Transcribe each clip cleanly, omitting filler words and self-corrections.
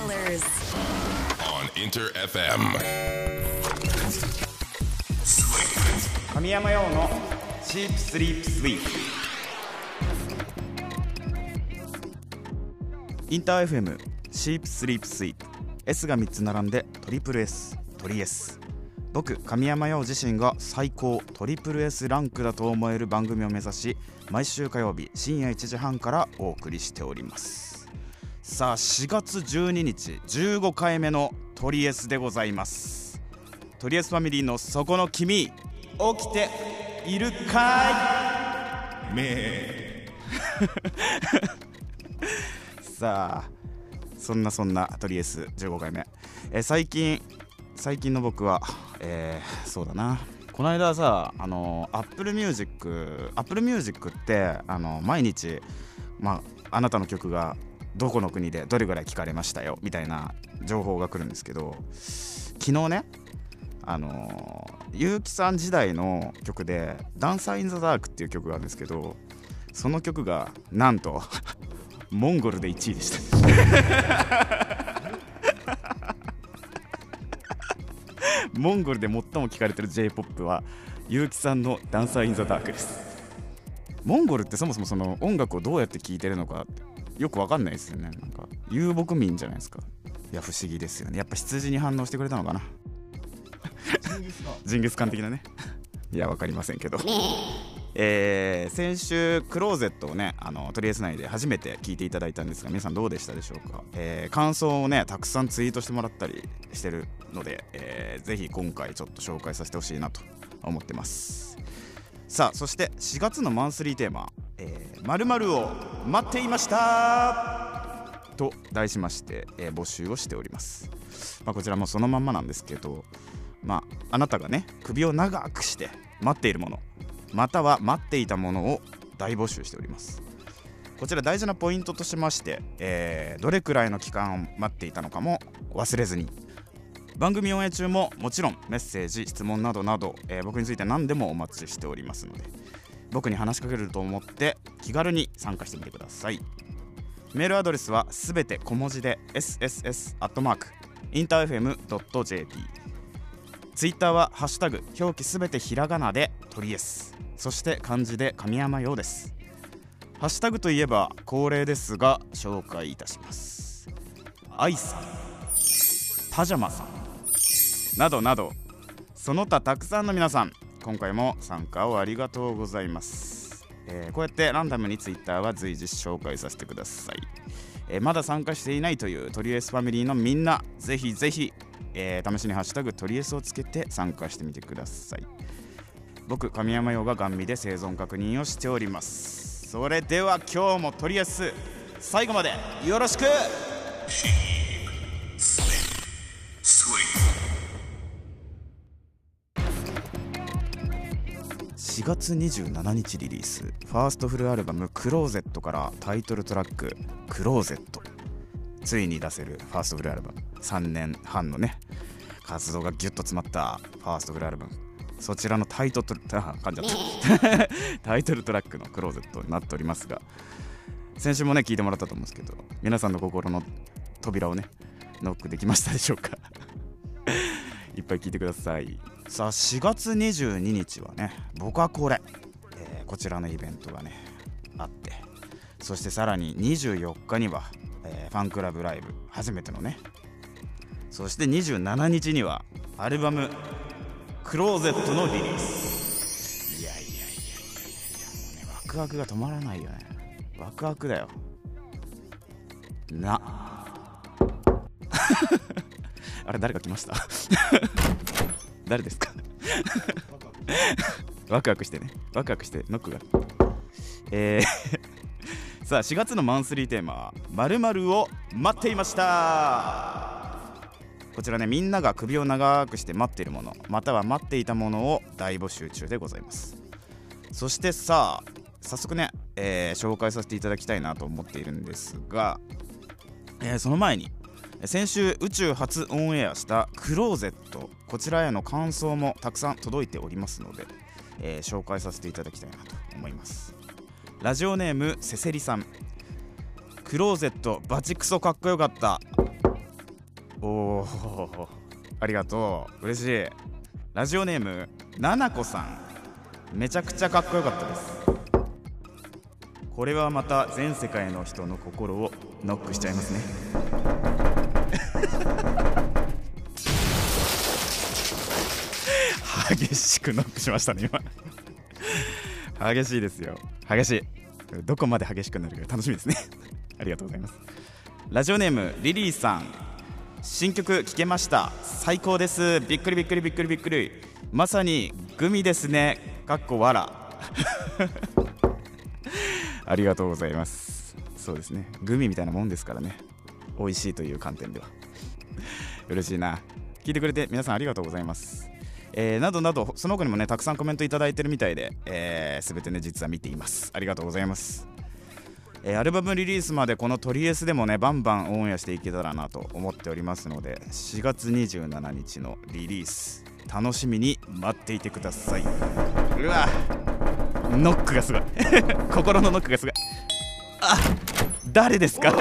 Colors on Inter FM. 神山陽のシープスリープスイープ。インター FM シープスリープスイープ S が3つ並んでトリプル S トリ S。 僕神山陽自身が最高トリプル S ランクだと思える番組を目指し、毎週火曜日深夜1時半からお送りしております。さあ4月12日15回目のトリ S でございます。トリ S ファミリーのそこの君、起きているかいめさあそんなトリ S15 回目、最近の僕は、そうだな、この間さApple Music って毎日、あなたの曲がどこの国でどれぐらい聞かれましたよみたいな情報が来るんですけど、昨日ね結城さん時代の曲でダンサーインザダークっていう曲があるんですけど、その曲がなんとモンゴルで1位でしたモンゴルで最も聴かれてる J-POP は結城さんのダンサーインザダークです。モンゴルってそもそもその音楽をどうやって聴いてるのかよくわかんないですよね。なんか遊牧民じゃないですか。いや不思議ですよね。やっぱ羊に反応してくれたのかなジンギスカン的なねいやわかりませんけど先週クローゼットをねトリエス内で初めて聞いていただいたんですが、皆さんどうでしたでしょうか。感想をねたくさんツイートしてもらったりしてるので、ぜひ今回ちょっと紹介させてほしいなと思ってます。さあそして4月のマンスリーテーマ、〇〇を待っていましたと題しまして、募集をしております。こちらもそのまんまなんですけど、あなたがね首を長くして待っているもの、または待っていたものを大募集しております。こちら大事なポイントとしまして、どれくらいの期間を待っていたのかも忘れずに、番組オンエア中ももちろんメッセージ質問などなど、僕について何でもお待ちしておりますので、僕に話しかけると思って気軽に参加してみてください。メールアドレスはすべて小文字で sss@interfm.jp。 ツイッターはハッシュタグ表記すべてひらがなでトリエス、そして漢字で神山陽です。ハッシュタグといえば恒例ですが紹介いたします。アイさん、パジャマさんなどなど、その他たくさんの皆さん、今回も参加をありがとうございます。こうやってランダムにツイッターは随時紹介させてください。まだ参加していないというトリエスファミリーのみんな、ぜひぜひ、試しにハッシュタグトリエスをつけて参加してみてください。僕神山陽がガン見で生存確認をしております。それでは今日もトリエス最後までよろしく。4月27日リリース、ファーストフルアルバムクローゼットからタイトルトラッククローゼット、ついに出せるファーストフルアルバム、3年半のね活動がギュッと詰まったファーストフルアルバム、そちらのタイトルトラックのクローゼットになっておりますが、先週もね聞いてもらったと思うんですけど、皆さんの心の扉をねノックできましたでしょうかいっぱい聞いてください。さあ4月22日はね僕はこれ、こちらのイベントがねあって、そしてさらに24日には、ファンクラブライブ初めてのね、そして27日にはアルバムクローゼットのリリース。いやもうねワクワクが止まらないよね。ワクワクだよなあれ誰か来ました誰ですかワクワクしてね、ワクワクしてノックがさあ4月のマンスリーテーマは〇〇を待っていました。こちらねみんなが首を長くして待っているもの、または待っていたものを大募集中でございます。そしてさあ早速ね、紹介させていただきたいなと思っているんですが、その前に先週宇宙初オンエアしたクローゼット、こちらへの感想もたくさん届いておりますので、紹介させていただきたいなと思います。ラジオネームせせりさん、クローゼットバチクソかっこよかった。 おお、ありがとう、嬉しい。ラジオネームななこさん、めちゃくちゃかっこよかったです。これはまた全世界の人の心をノックしちゃいますね。激しくノックしましたね今。激しいですよ、激しい。どこまで激しくなるか楽しみですね。ありがとうございます。ラジオネームリリーさん、新曲聴けました、最高です、びっくりびっくりびっくりびっくり、まさにグミですね、かっこわら。ありがとうございます。そうですね、グミみたいなもんですからね、美味しいという観点では。嬉しいな。聞いてくれて皆さんありがとうございます。などなどその他にもねたくさんコメントいただいてるみたいで、全てね実は見ています。ありがとうございます。アルバムリリースまでこのトリエスでもねバンバンオンエアしていけたらなと思っておりますので、4月27日のリリース楽しみに待っていてください。うわ、ノックがすごい。心のノックがすごい。あ、誰ですか。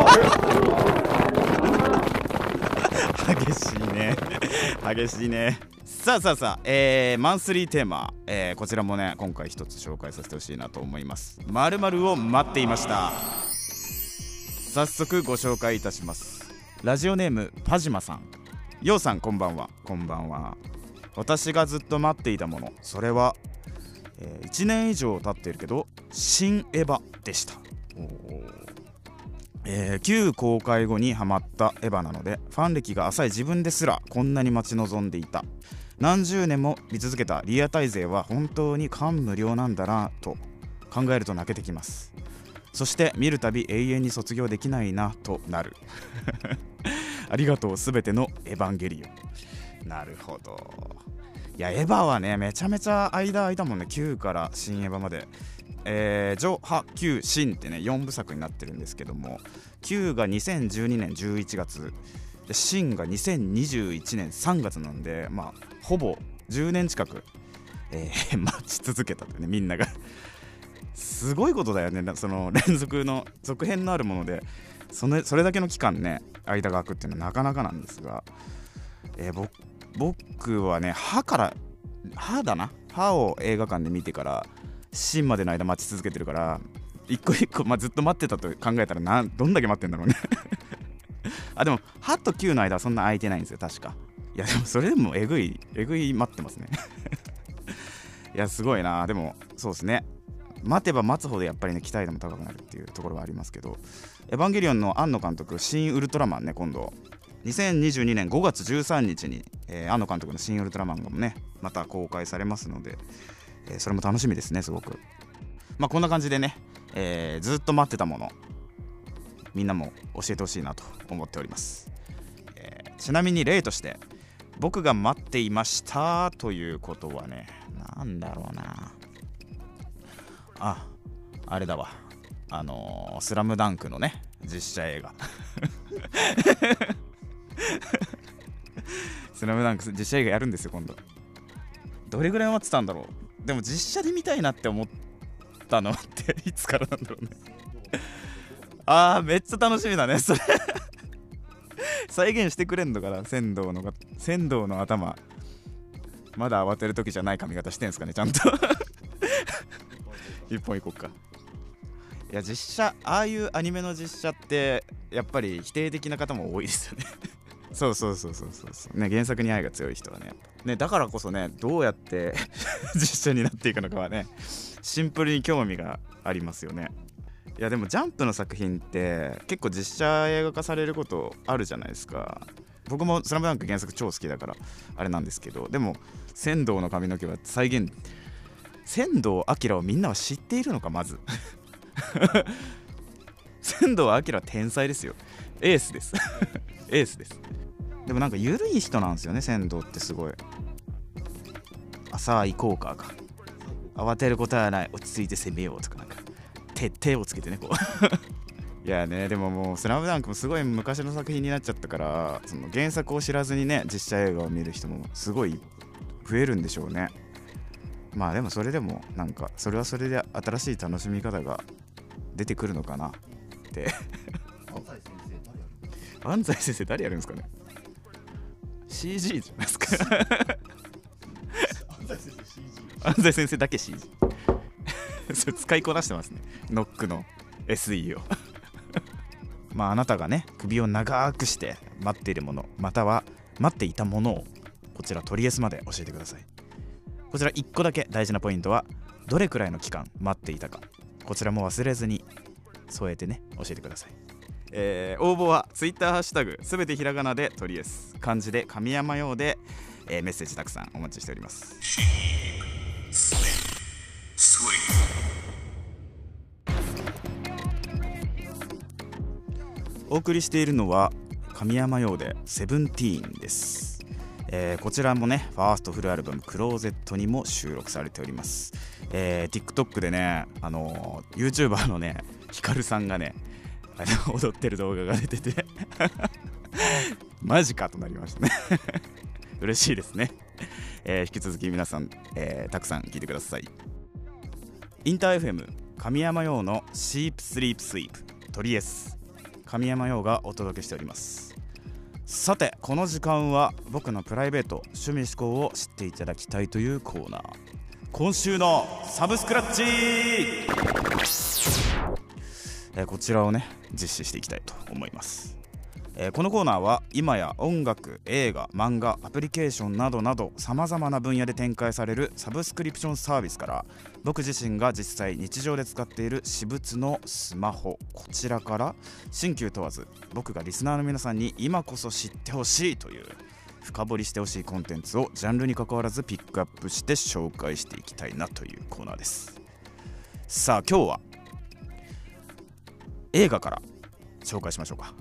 激しいね、激しいね。さあ、マンスリーテーマ、こちらもね今回一つ紹介させてほしいなと思います。〇〇を待っていました。早速ご紹介いたします。ラジオネームパジマさん、ようさんこんばんは。こんばんは。私がずっと待っていたもの、それは、1年以上経っているけど新エヴァでした。旧公開後にハマったエヴァなので、ファン歴が浅い自分ですらこんなに待ち望んでいた。何十年も見続けたリアタイ勢は本当に感無量なんだなと考えると泣けてきます。そして見るたび永遠に卒業できないなとなる。ありがとうすべてのエヴァンゲリオン。なるほど。いやエヴァはねめちゃめちゃ間空いたもんね。旧から新エヴァまで、上波旧新ってね4部作になってるんですけども、旧が2012年11月で新が2021年3月なんで、まあほぼ10年近く、待ち続けたってね、みんなが。すごいことだよね。その連続の続編のあるものでそれだけの期間ね間が空くっていうのはなかなかなんですが、僕はね歯を映画館で見てから新までの間待ち続けてるから、一個一個、ずっと待ってたと考えたらどんだけ待ってんだろうね。あ、でも歯と9の間はそんな空いてないんですよ確か。いやでもそれでもえぐい待ってますね。いやすごいな。でもそうですね、待てば待つほどやっぱりね期待度も高くなるっていうところはありますけど、エヴァンゲリオンの庵野監督新ウルトラマンね、今度2022年5月13日に、庵野監督の新ウルトラマンがねまた公開されますので、それも楽しみですねすごく。こんな感じでね、ずっと待ってたものみんなも教えてほしいなと思っております。ちなみに例として僕が待っていましたということはね、なんだろうな、あれだわ、スラムダンクのね実写映画。スラムダンク実写映画やるんですよ今度。どれぐらい待ってたんだろう。でも実写で見たいなって思ったのっていつからなんだろうね。めっちゃ楽しみだねそれ。再現してくれんのかな、仙道の頭。まだ慌てる時じゃない髪型してんすかねちゃんと。一本いこうか。いや実写、ああいうアニメの実写ってやっぱり否定的な方も多いですよね。そうね、原作に愛が強い人はね、だからこそねどうやって実写になっていくのかはねシンプルに興味がありますよね。いやでもジャンプの作品って結構実写映画化されることあるじゃないですか。僕もスラムダンク原作超好きだからあれなんですけど、でも仙道の髪の毛は再現、仙道明をみんなは知っているのかまず。仙道明は天才ですよ。エースです。エースです。でもなんか緩い人なんですよね仙道ってすごい。さあ行こうか慌てることはない、落ち着いて攻めようとかなんか徹底をつけてねこう。いやね、でももうスラムダンクもすごい昔の作品になっちゃったから、その原作を知らずにね実写映画を見る人もすごい増えるんでしょうね。でもそれでもなんかそれはそれで新しい楽しみ方が出てくるのかなって。安西先生誰やるんですかね。 CG じゃないですか安西先生だけ CG それ使いこなしてますね、ノックの SE をまああなたがね首を長くして待っているもの、または待っていたものをこちらトリエスまで教えてください。こちら1個だけ大事なポイントは、どれくらいの期間待っていたか、こちらも忘れずに添えてね教えてください。応募は Twitter ハッシュタグすべてひらがなでトリエス、漢字で神山用で、メッセージたくさんお待ちしております。お送りしているのは神山用でセブンティーンです。こちらもねファーストフルアルバムクローゼットにも収録されております。TikTok でねYouTuber のねヒカルさんがね踊ってる動画が出ててマジかとなりましたね嬉しいですね。引き続き皆さん、たくさん聞いてください。インター FM 神山用のシープスリープスイープトリエス、神山用がお届けしております。さてこの時間は僕のプライベート趣味思考を知っていただきたいというコーナー、今週のサブスクラッチ、こちらをね実施していきたいと思います。このコーナーは今や音楽、映画、漫画、アプリケーションなどなどさまざまな分野で展開されるサブスクリプションサービスから、僕自身が実際日常で使っている私物のスマホ、こちらから新旧問わず僕がリスナーの皆さんに今こそ知ってほしいという深掘りしてほしいコンテンツをジャンルに関わらずピックアップして紹介していきたいなというコーナーです。さあ今日は映画から紹介しましょうか。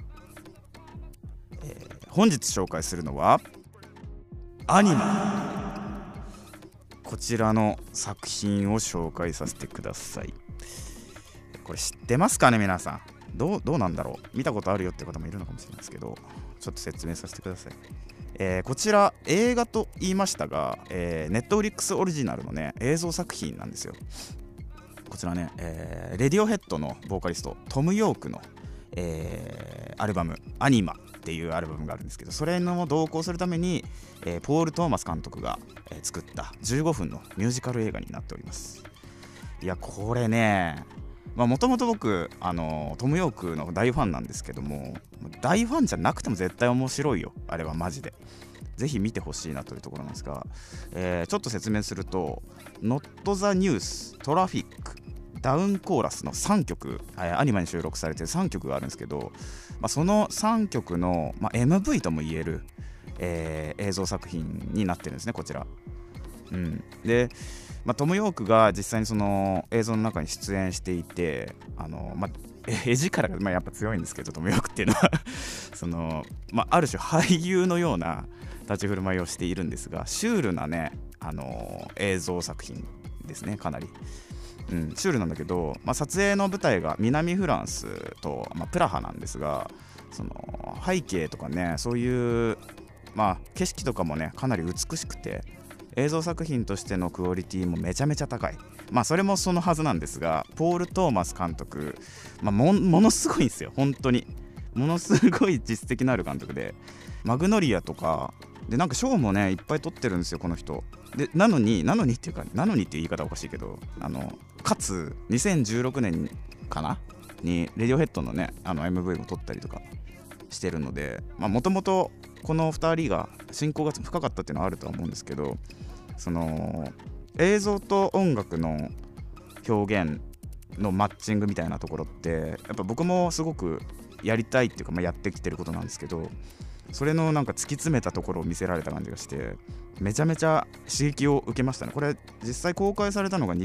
本日紹介するのはアニマ、こちらの作品を紹介させてください。これ知ってますかね皆さん、どうなんだろう、見たことあるよって方もいるのかもしれないですけど、ちょっと説明させてください。こちら映画と言いましたが、Netflix オリジナルのね映像作品なんですよ。こちらね、レディオヘッドのボーカリストトム・ヨークの、アルバムアニマっていうアルバムがあるんですけど、それの同行するために、ポール・トーマス監督が、作った15分のミュージカル映画になっております。いやこれね、もともと僕トム・ヨークの大ファンなんですけども、大ファンじゃなくても絶対面白いよあれはマジで。ぜひ見てほしいなというところなんですが、ちょっと説明すると Not the News、トラフィック、ダウンコーラスの3曲、アニメに収録されている3曲があるんですけど、その3曲の、MV とも言える、映像作品になってるんですねこちら。で、トム・ヨークが実際にその映像の中に出演していて、絵力がやっぱ強いんですけど、トム・ヨークっていうのはその、ある種俳優のような立ち振る舞いをしているんですが、シュールなね、映像作品ですねかなり。シュールなんだけど、撮影の舞台が南フランスと、プラハなんですが、その背景とかね、そういう、景色とかもねかなり美しくて、映像作品としてのクオリティもめちゃめちゃ高い。それもそのはずなんですが、ポール・トーマス監督、ものすごいんですよ本当に。ものすごい実績のある監督で、マグノリアとかでなんか賞もねいっぱい取ってるんですよこの人で。なのにっていう言い方はおかしいけど、かつ2016年かなにレディオヘッドのねMV も撮ったりとかしてるので、もともとこの2人が親交が深かったっていうのはあるとは思うんですけど、その映像と音楽の表現のマッチングみたいなところってやっぱ僕もすごくやりたいっていうか、やってきてることなんですけど、それのなんか突き詰めたところを見せられた感じがして、めちゃめちゃ刺激を受けましたね。これ実際公開されたのが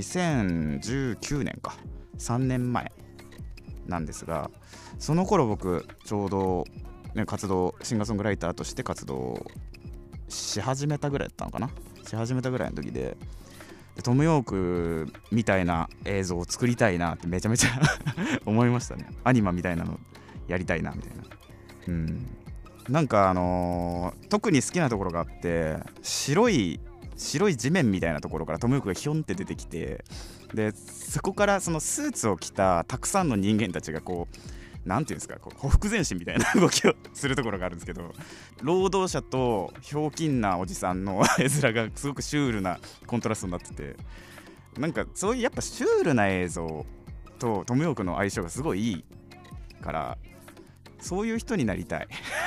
2019年か、3年前なんですが、その頃僕ちょうど、シンガーソングライターとして活動し始めたぐらいだったのかな、し始めたぐらいの時で、トム・ヨークみたいな映像を作りたいなってめちゃめちゃ思いましたね。アニマみたいなのやりたいなみたいな。なんか特に好きなところがあって、白い地面みたいなところからトム・ヨークがヒョンって出てきて、でそこからそのスーツを着たたくさんの人間たちがこうなんていうんですか、こうほふ前進みたいな動きをするところがあるんですけど、労働者とひょうきんなおじさんの絵面がすごくシュールなコントラストになってて、なんかそういうやっぱシュールな映像とトム・ヨークの相性がすごいいいから、そういう人になりたい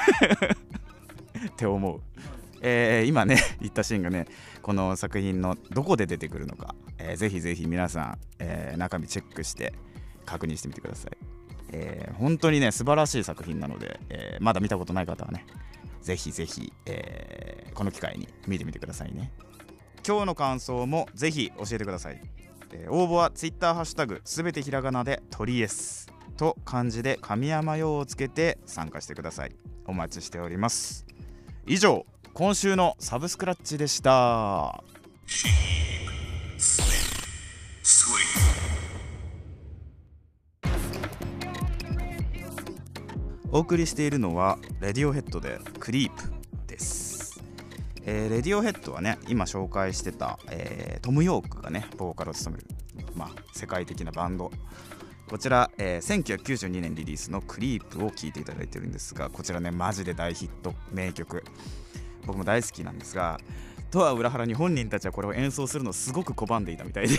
って思う。今ね言ったシーンがね、この作品のどこで出てくるのか、ぜひぜひ皆さん、中身チェックして確認してみてください。本当にね素晴らしい作品なので、まだ見たことない方はねぜひぜひ、この機会に見てみてくださいね。今日の感想もぜひ教えてください。応募は Twitter ハッシュタグすべてひらがなでトリエスと漢字で神山用をつけて参加してください。お待ちしております。以上、今週のサブスクラッチでした。お送りしているのはレディオヘッドでクリープです。レディオヘッドはね今紹介してた、トム・ヨークがねボーカルを務める、世界的なバンド、こちら、1992年リリースのクリープを聴いていただいてるんですが、こちらねマジで大ヒット名曲、僕も大好きなんですが、とは裏腹に本人たちはこれを演奏するのをすごく拒んでいたみたいで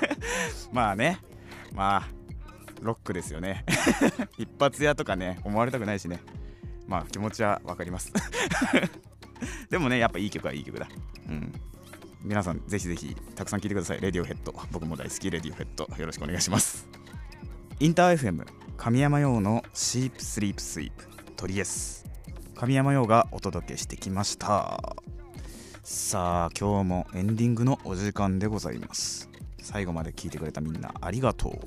ロックですよね一発屋とかね思われたくないしね、気持ちはわかりますでもねやっぱいい曲はいい曲だ。皆さんぜひぜひたくさん聴いてください。レディオヘッド、僕も大好きレディオヘッド、よろしくお願いします。インター FM 神山用のシープスリープスイープトリエス、神山用がお届けしてきました。さあ今日もエンディングのお時間でございます。最後まで聞いてくれたみんなありがとう。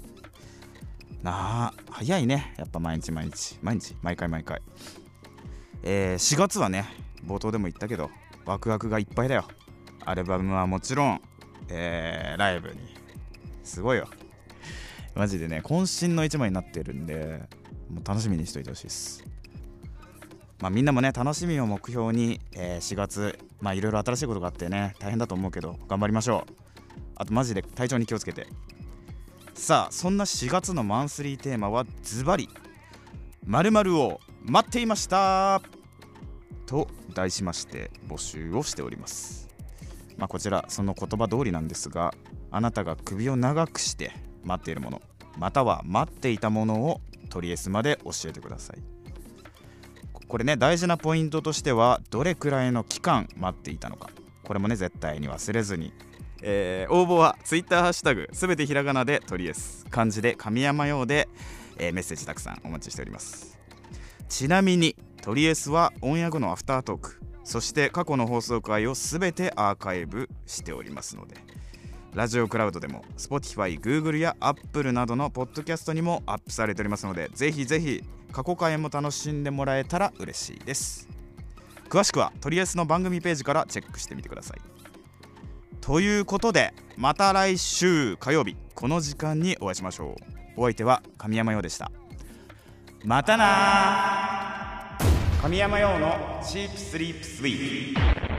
早いね、やっぱ毎日毎回、4月はね冒頭でも言ったけどワクワクがいっぱいだよ。アルバムはもちろん、ライブにすごいよマジでね、渾身の一枚になってるんでもう楽しみにしておいてほしいです。みんなもね楽しみを目標に、4月いろいろ新しいことがあってね大変だと思うけど頑張りましょう。あとマジで体調に気をつけて。さあそんな4月のマンスリーテーマはズバリ〇〇を待っていましたと題しまして募集をしております。こちらその言葉通りなんですが、あなたが首を長くして待っているもの、または待っていたものをトリエスまで教えてください。これね大事なポイントとしてはどれくらいの期間待っていたのか、これもね絶対に忘れずに、応募は Twitter ハッシュタグすべてひらがなでトリエス、漢字で神山用で、メッセージたくさんお待ちしております。ちなみにトリエスはオンエア後のアフタートーク、そして過去の放送回をすべてアーカイブしておりますので、ラジオクラウドでも Spotify、Google や Apple などのポッドキャストにもアップされておりますので、ぜひぜひ過去回も楽しんでもらえたら嬉しいです。詳しくはトリエスの番組ページからチェックしてみてください。ということでまた来週火曜日この時間にお会いしましょう。お相手は神山陽でした。またな。神山陽のチープスリープスイー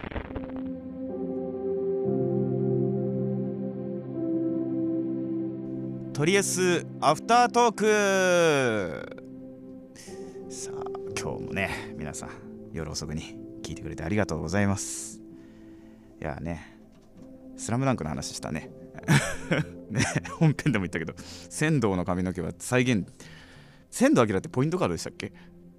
ト。トリエスアフタートーク。さあ今日もね皆さん夜遅くに聞いてくれてありがとうございます。いやねスラムダンクの話したねね本編でも言ったけど仙道の髪の毛は再現、仙道明ってポイントガードでしたっけ？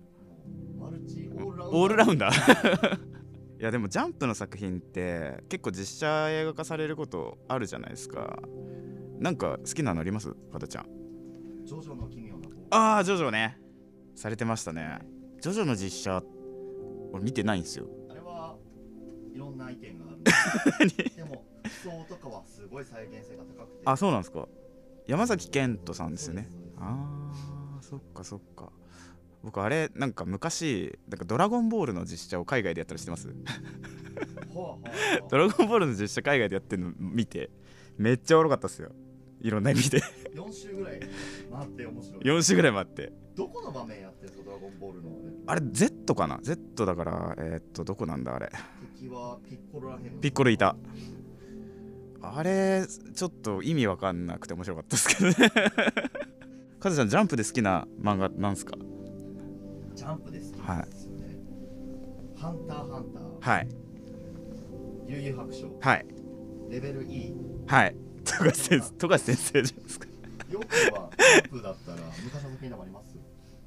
オールラウンダーいやでもジャンプの作品って結構実写映画化されることあるじゃないですか。なんか好きなのあります？かたちゃん。 ジョジョの奇妙なジョジョねされてましたね。ジョジョの実写俺見てないんですよ。 あれはいろんな意見があるでも服装とかはすごい再現性が高くて。 そうなんですか。山崎賢人さんですよね。そっか。僕あれなんか昔なんかドラゴンボールの実写を海外でやったりしてますドラゴンボールの実写海外でやってるの見てめっちゃおもろかったっすよ。いろんな意味で 4週ぐらい待って面白い。 4週ぐらい待って。 どこの場面やってるんですかドラゴンボールのあれ Z かな。 Z だからどこなんだあれ。 敵はピッコロらへん。 ピッコロいた。あれちょっと意味わかんなくて面白かったですけどねカズさんジャンプで好きな漫画なんすか？ ジャンプで好きなんですよね、ハンターハンター、 はい、 悠々白書、 はい、 レベル E、 はい、富樫先生じゃないですか。 よくはジャンプだったら昔の作品でもあります？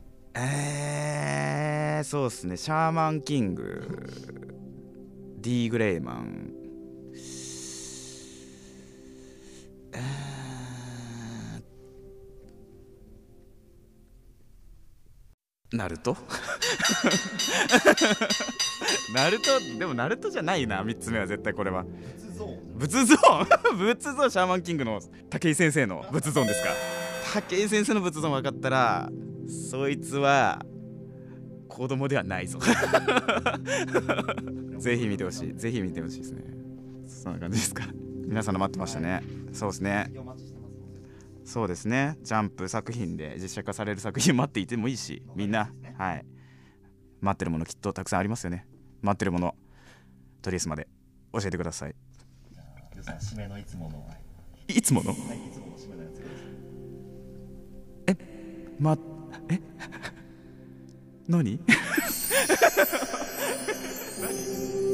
そうですね、シャーマンキング、D グレイマン、ナルトナルト、でもナルトじゃないな、3つ目は絶対これは仏像仏像、シャーマンキングの武井先生の仏像ですか？武井先生の仏像分かったらそいつは子供ではないぞぜひ見てほしい、ぜひ見てほしいですね。そんな感じですか。皆さんの待ってましたね、はい、そうですね、そうですね、ジャンプ作品で実写化される作品待っていてもいいし、みんな、はい、待ってるものきっとたくさんありますよね。待ってるものとりあえずまで教えてください。 締めのいつもの、 いつもの、 はい、いつもの締めのやつ何